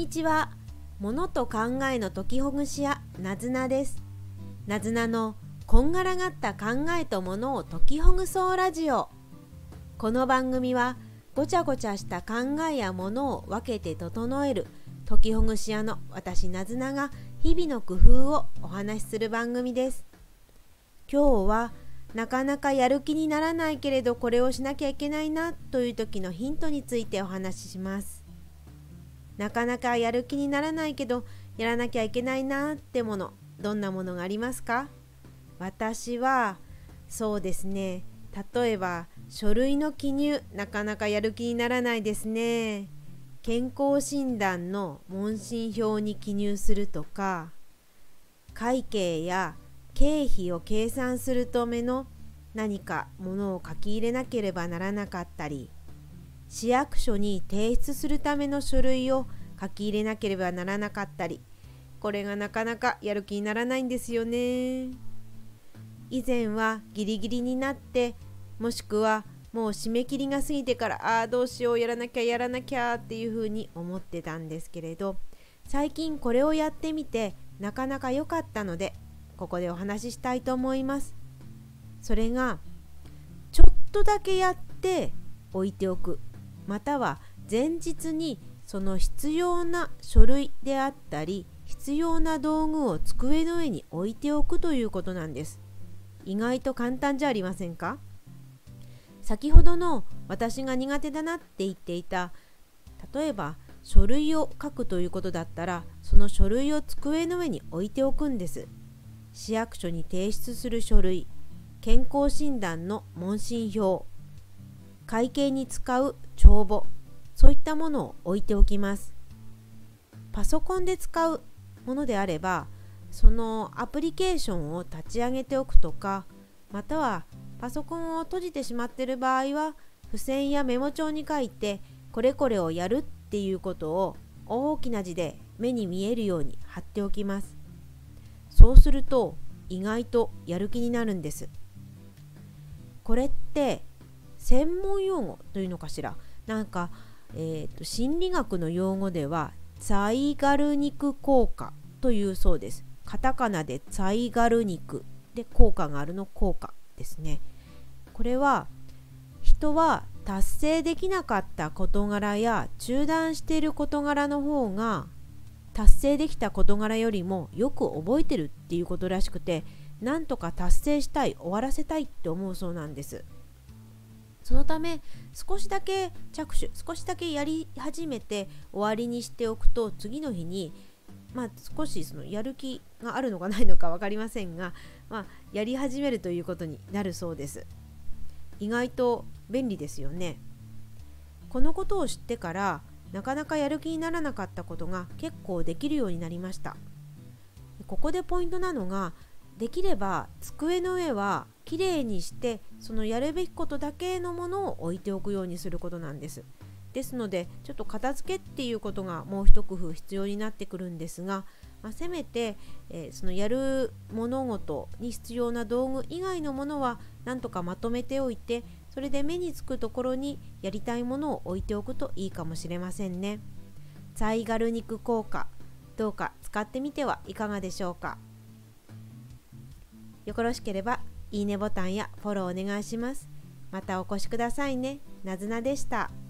にちは。物と考えの解きほぐし屋なずなです。なずなのこんがらがった考えとものを解きほぐそうラジオ。この番組はごちゃごちゃした考えやものを分けて整える解きほぐし屋の私なずなが日々の工夫をお話しする番組です。今日はなかなかやる気にならないけれどこれをしなきゃいけないなという時のヒントについてお話しします。なかなかやる気にならないけどやらなきゃいけないなってもの、どんなものがありますか？私はそうですね、例えば書類の記入、なかなかやる気にならないですね。健康診断の問診票に記入するとか、会計や経費を計算するための何かものを書き入れなければならなかったり、市役所に提出するための書類を書き入れなければならなかったり、これがなかなかやる気にならないんですよね。以前はギリギリになって、もしくはもう締め切りが過ぎてからどうしよう、やらなきゃっていうふうに思ってたんですけれど、最近これをやってみてなかなか良かったので、ここでお話ししたいと思います。それがちょっとだけやって置いておく、または前日にその必要な書類であったり必要な道具を机の上に置いておくということなんです。意外と簡単じゃありませんか？先ほどの私が苦手だなって言っていた、例えば書類を書くということだったら、その書類を机の上に置いておくんです。市役所に提出する書類、健康診断の問診票、会計に使う帳簿、そういったものを置いておきます。パソコンで使うものであれば、そのアプリケーションを立ち上げておくとか、またはパソコンを閉じてしまっている場合は、付箋やメモ帳に書いてこれこれをやるっていうことを大きな字で目に見えるように貼っておきます。そうすると意外とやる気になるんです。これって専門用語というのかしら。なんか、心理学の用語ではザイガルニク効果というそうです。カタカナでザイガルニクで効果があるの効果ですね。これは人は達成できなかった事柄や中断している事柄の方が達成できた事柄よりもよく覚えてるっていうことらしくて、なんとか達成したい、終わらせたいって思うそうなんです。そのため少しだけ着手、少しだけやり始めて終わりにしておくと、次の日に少しそのやる気があるのかないのか分かりませんが、やり始めるということになるそうです。意外と便利ですよね。このことを知ってからなかなかやる気にならなかったことが結構できるようになりました。ここでポイントなのが、できれば机の上はきれいにして、そのやるべきことだけのものを置いておくようにすることなんです。ですのでちょっと片付けっていうことがもう一工夫必要になってくるんですが、せめて、そのやる物事に必要な道具以外のものはなんとかまとめておいて、それで目につくところにやりたいものを置いておくといいかもしれませんね。ザイガルニク効果、どうか使ってみてはいかがでしょうか。よろしければいいねボタンやフォローお願いします。またお越しくださいね。なずなでした。